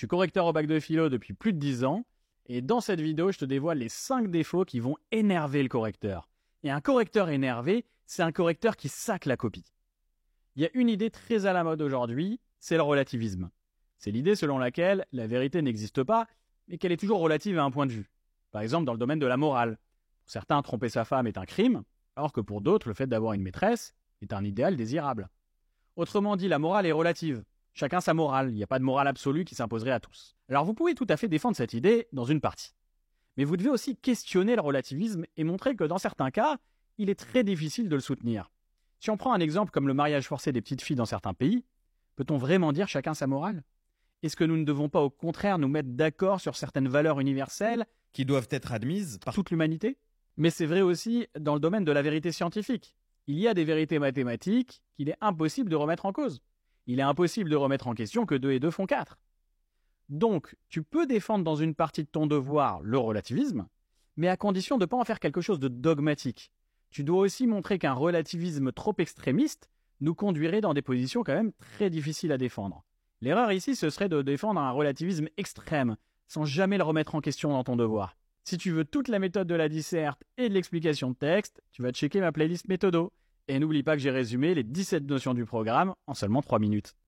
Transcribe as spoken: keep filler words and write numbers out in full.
suis correcteur au bac de philo depuis plus de dix ans, et dans cette vidéo, je te dévoile les cinq défauts qui vont énerver le correcteur. Et un correcteur énervé, c'est un correcteur qui sac la copie. Il y a une idée très à la mode aujourd'hui, c'est le relativisme. C'est l'idée selon laquelle la vérité n'existe pas, mais qu'elle est toujours relative à un point de vue. Par exemple, dans le domaine de la morale. Pour certains, tromper sa femme est un crime, alors que pour d'autres, le fait d'avoir une maîtresse est un idéal désirable. Autrement dit, la morale est relative. Chacun sa morale, il n'y a pas de morale absolue qui s'imposerait à tous. Alors vous pouvez tout à fait défendre cette idée dans une partie. Mais vous devez aussi questionner le relativisme et montrer que dans certains cas, il est très difficile de le soutenir. Si on prend un exemple comme le mariage forcé des petites filles dans certains pays, peut-on vraiment dire chacun sa morale ? Est-ce que nous ne devons pas au contraire nous mettre d'accord sur certaines valeurs universelles qui doivent être admises par par toute l'humanité ? Mais c'est vrai aussi dans le domaine de la vérité scientifique. Il y a des vérités mathématiques qu'il est impossible de remettre en cause. Il est impossible de remettre en question que deux et deux font quatre. Donc, tu peux défendre dans une partie de ton devoir le relativisme, mais à condition de ne pas en faire quelque chose de dogmatique. Tu dois aussi montrer qu'un relativisme trop extrémiste nous conduirait dans des positions quand même très difficiles à défendre. L'erreur ici, ce serait de défendre un relativisme extrême, sans jamais le remettre en question dans ton devoir. Si tu veux toute la méthode de la disserte et de l'explication de texte, tu vas checker ma playlist méthodo. Et n'oublie pas que j'ai résumé les dix-sept notions du programme en seulement trois minutes.